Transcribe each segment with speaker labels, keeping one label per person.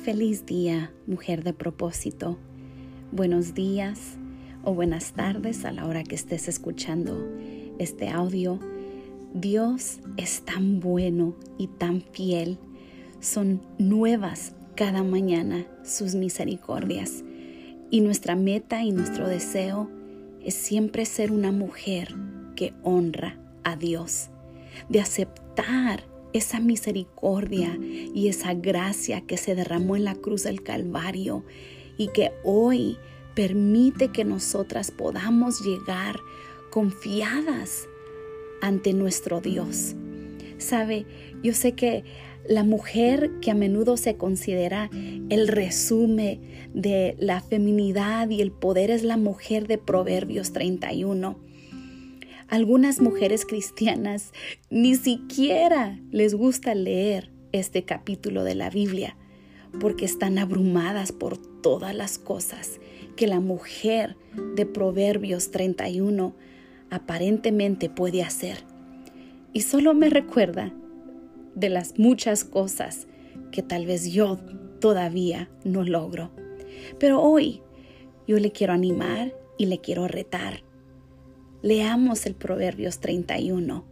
Speaker 1: Feliz día, mujer de propósito. Buenos días o buenas tardes a la hora que estés escuchando este audio. Dios es tan bueno y tan fiel. Son nuevas cada mañana sus misericordias. Y nuestra meta y nuestro deseo es siempre ser una mujer que honra a Dios, de aceptar esa misericordia y esa gracia que se derramó en la cruz del Calvario y que hoy permite que nosotras podamos llegar confiadas ante nuestro Dios. Sabe, yo sé que la mujer que a menudo se considera el resumen de la feminidad y el poder es la mujer de Proverbios 31. Algunas mujeres cristianas ni siquiera les gusta leer este capítulo de la Biblia porque están abrumadas por todas las cosas que la mujer de Proverbios 31 aparentemente puede hacer. Y solo me recuerda de las muchas cosas que tal vez yo todavía no logro. Pero hoy yo le quiero animar y le quiero retar. Leamos el Proverbios 31.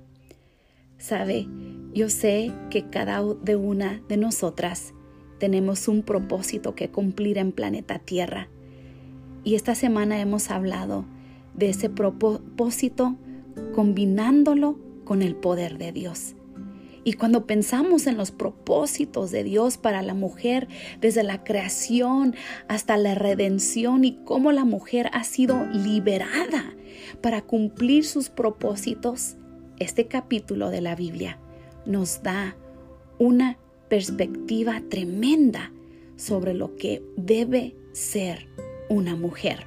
Speaker 1: Sabe, yo sé que cada una de nosotras tenemos un propósito que cumplir en planeta Tierra. Y esta semana hemos hablado de ese propósito combinándolo con el poder de Dios. Y cuando pensamos en los propósitos de Dios para la mujer, desde la creación hasta la redención y cómo la mujer ha sido liberada para cumplir sus propósitos, este capítulo de la Biblia nos da una perspectiva tremenda sobre lo que debe ser una mujer.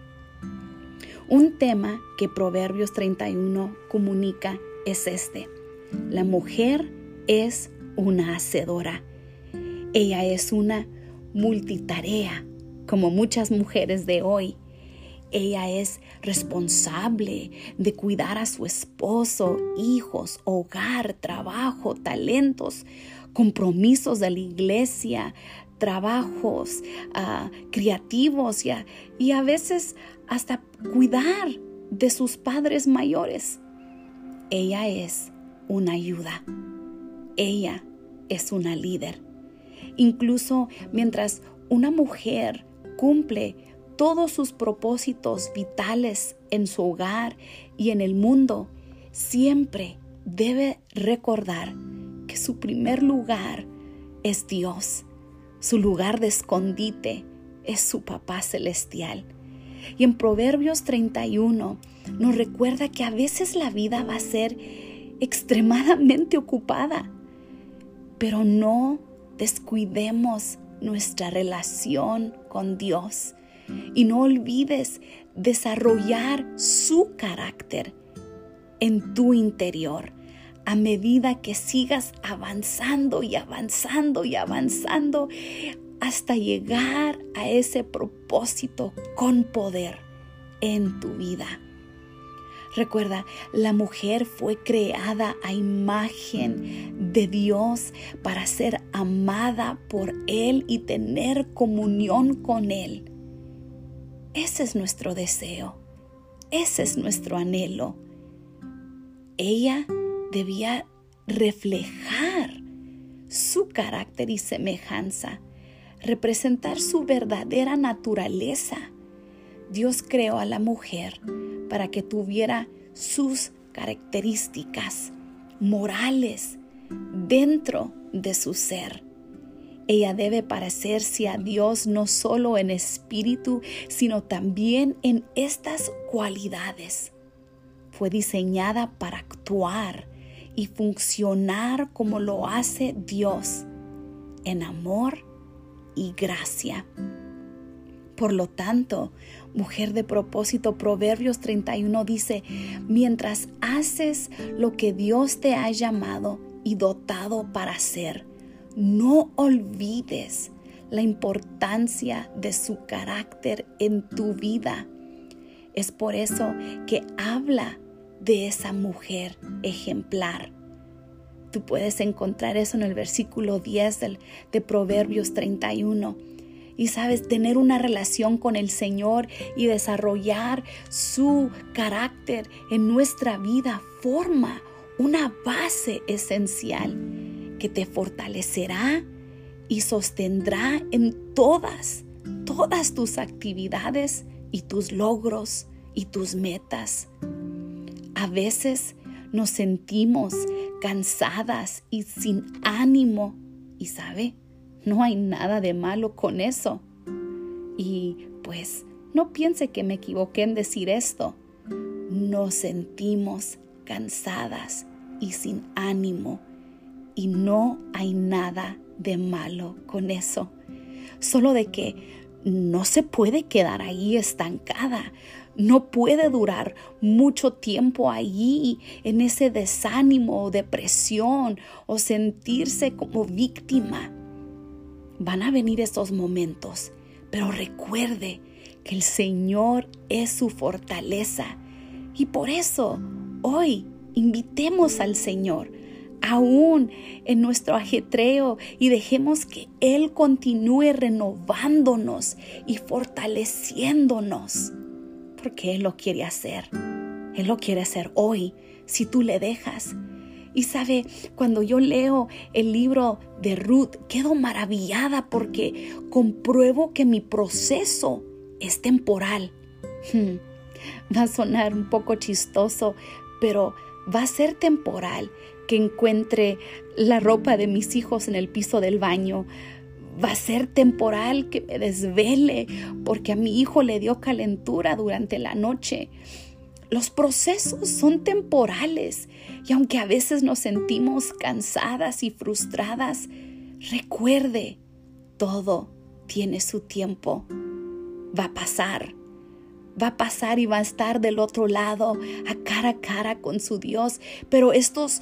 Speaker 1: Un tema que Proverbios 31 comunica es este: la mujer es una hacedora. Ella es una multitarea, como muchas mujeres de hoy. Ella es responsable de cuidar a su esposo, hijos, hogar, trabajo, talentos, compromisos de la iglesia, trabajos creativos y a veces hasta cuidar de sus padres mayores. Ella es una ayuda. Ella es una líder. Incluso mientras una mujer cumple todos sus propósitos vitales en su hogar y en el mundo, siempre debe recordar que su primer lugar es Dios. Su lugar de escondite es su Papá Celestial. Y en Proverbios 31 nos recuerda que a veces la vida va a ser extremadamente ocupada, pero no descuidemos nuestra relación con Dios y no olvides desarrollar su carácter en tu interior a medida que sigas avanzando y avanzando y avanzando hasta llegar a ese propósito con poder en tu vida. Recuerda, la mujer fue creada a imagen de Dios para ser amada por Él y tener comunión con Él. Ese es nuestro deseo, ese es nuestro anhelo. Ella debía reflejar su carácter y semejanza, representar su verdadera naturaleza. Dios creó a la mujer para que tuviera sus características morales dentro de su ser. Ella debe parecerse a Dios no solo en espíritu, sino también en estas cualidades. Fue diseñada para actuar y funcionar como lo hace Dios, en amor y gracia. Por lo tanto, mujer de propósito, Proverbios 31 dice: mientras haces lo que Dios te ha llamado y dotado para hacer, no olvides la importancia de su carácter en tu vida. Es por eso que habla de esa mujer ejemplar. Tú puedes encontrar eso en el versículo 10 de Proverbios 31. Y sabes, tener una relación con el Señor y desarrollar su carácter en nuestra vida forma una base esencial que te fortalecerá y sostendrá en todas tus actividades y tus logros y tus metas. A veces nos sentimos cansadas y sin ánimo. Y ¿sabe? No hay nada de malo con eso. Y pues no piense que me equivoqué en decir esto. Nos sentimos cansadas y sin ánimo. Y no hay nada de malo con eso. Solo de que no se puede quedar ahí estancada. No puede durar mucho tiempo allí en ese desánimo o depresión o sentirse como víctima. Van a venir estos momentos, pero recuerde que el Señor es su fortaleza. Y por eso hoy invitemos al Señor aún en nuestro ajetreo y dejemos que Él continúe renovándonos y fortaleciéndonos. Porque Él lo quiere hacer. Él lo quiere hacer hoy, si tú le dejas. Y sabe, cuando yo leo el libro de Ruth, quedo maravillada porque compruebo que mi proceso es temporal. Va a sonar un poco chistoso, pero va a ser temporal que encuentre la ropa de mis hijos en el piso del baño. Va a ser temporal que me desvele porque a mi hijo le dio calentura durante la noche. Los procesos son temporales y aunque a veces nos sentimos cansadas y frustradas, recuerde, todo tiene su tiempo. Va a pasar y va a estar del otro lado, a cara con su Dios. Pero estos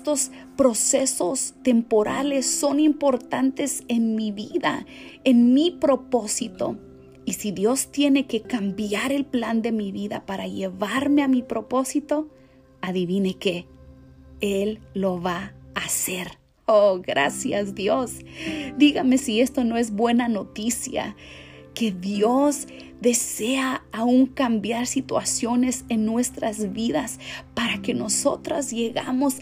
Speaker 1: procesos temporales son importantes en mi vida, en mi propósito. Y si Dios tiene que cambiar el plan de mi vida para llevarme a mi propósito, adivine qué, Él lo va a hacer. Oh, gracias Dios. Dígame si esto no es buena noticia, que Dios desea aún cambiar situaciones en nuestras vidas para que nosotras lleguemos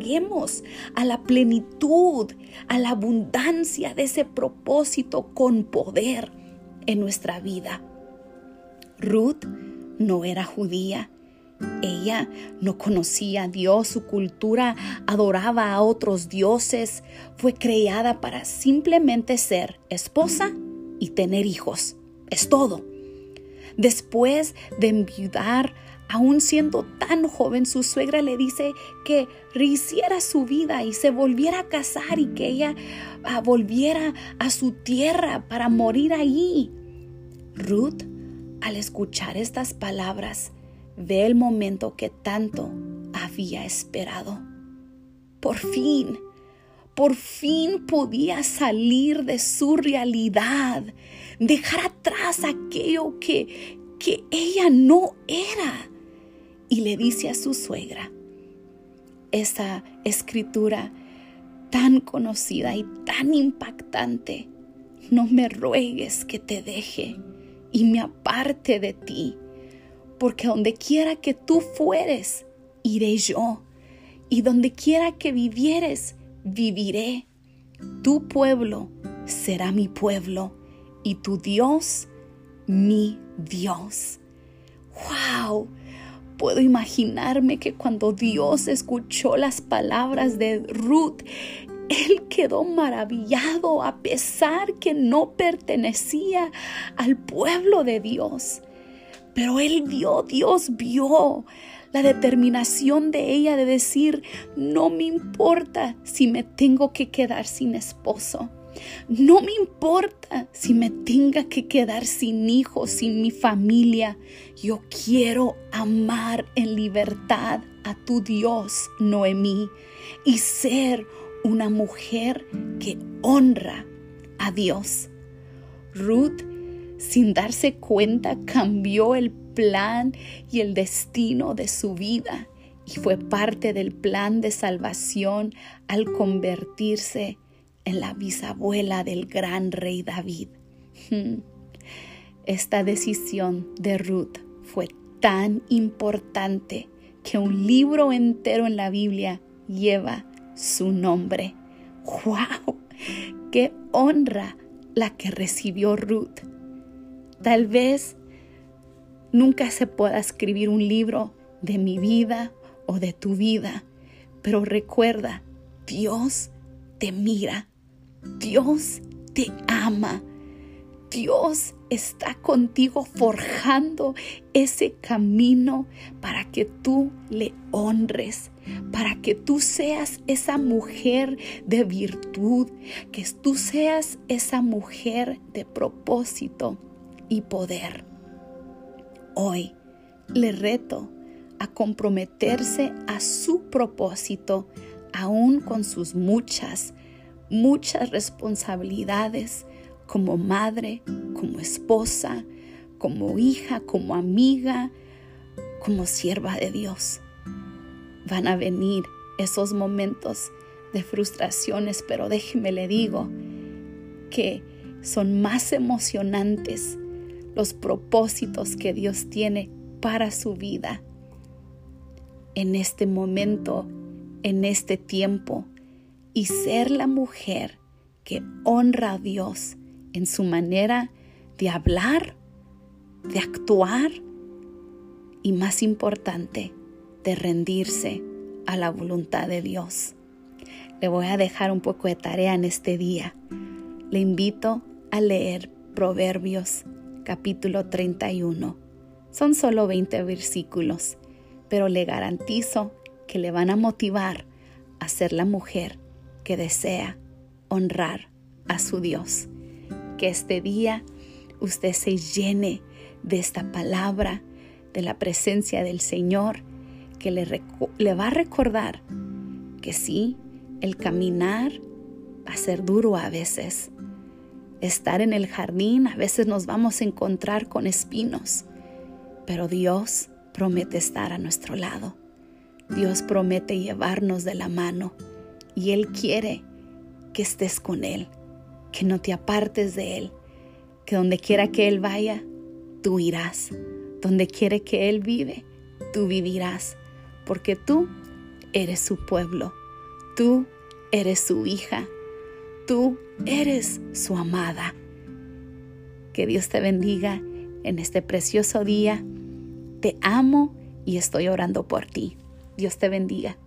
Speaker 1: a la plenitud, a la abundancia de ese propósito con poder en nuestra vida. Ruth no era judía. Ella no conocía a Dios, su cultura adoraba a otros dioses. Fue creada para simplemente ser esposa y tener hijos. Es todo. Después de enviudar, aún siendo tan joven, su suegra le dice que rehiciera su vida y se volviera a casar y que ella volviera a su tierra para morir allí. Ruth, al escuchar estas palabras, ve el momento que tanto había esperado. Por fin podía salir de su realidad, dejar atrás aquello que ella no era. Y le dice a su suegra esa escritura tan conocida y tan impactante: no me ruegues que te deje y me aparte de ti, porque donde quiera que tú fueres, iré yo, y donde quiera que vivieres, viviré. Tu pueblo será mi pueblo y tu Dios mi Dios. ¡Wow! Puedo imaginarme que cuando Dios escuchó las palabras de Ruth, Él quedó maravillado a pesar que no pertenecía al pueblo de Dios. Pero Dios vio la determinación de ella de decir: no me importa si me tengo que quedar sin esposo. No me importa si me tenga que quedar sin hijos, sin mi familia. Yo quiero amar en libertad a tu Dios, Noemí, y ser una mujer que honra a Dios. Ruth, sin darse cuenta, cambió el plan y el destino de su vida y fue parte del plan de salvación al convertirse en la bisabuela del gran rey David. Esta decisión de Ruth fue tan importante que un libro entero en la Biblia lleva su nombre. ¡Wow! ¡Qué honra la que recibió Ruth! Tal vez nunca se pueda escribir un libro de mi vida o de tu vida, pero recuerda, Dios te mira, Dios te ama, Dios está contigo forjando ese camino para que tú le honres, para que tú seas esa mujer de virtud, que tú seas esa mujer de propósito y poder. Hoy le reto a comprometerse a su propósito, aún con sus muchas responsabilidades, como madre, como esposa, como hija, como amiga, como sierva de Dios. Van a venir esos momentos de frustraciones, pero déjeme le digo que son más emocionantes los propósitos que Dios tiene para su vida. En este momento, en este tiempo, y ser la mujer que honra a Dios en su manera de hablar, de actuar y, más importante, de rendirse a la voluntad de Dios. Le voy a dejar un poco de tarea en este día. Le invito a leer Proverbios capítulo 31. Son solo 20 versículos, pero le garantizo que le van a motivar a ser la mujer que desea honrar a su Dios. Que este día usted se llene de esta palabra, de la presencia del Señor, que le va a recordar que sí, el caminar va a ser duro a veces. Estar en el jardín, a veces nos vamos a encontrar con espinos, pero Dios promete estar a nuestro lado. Dios promete llevarnos de la mano y Él quiere que estés con Él, que no te apartes de Él, que donde quiera que Él vaya, tú irás. Donde quiere que Él vive, tú vivirás, porque tú eres su pueblo, tú eres su hija, tú eres su amada. Que Dios te bendiga en este precioso día. Te amo y estoy orando por ti. Dios te bendiga.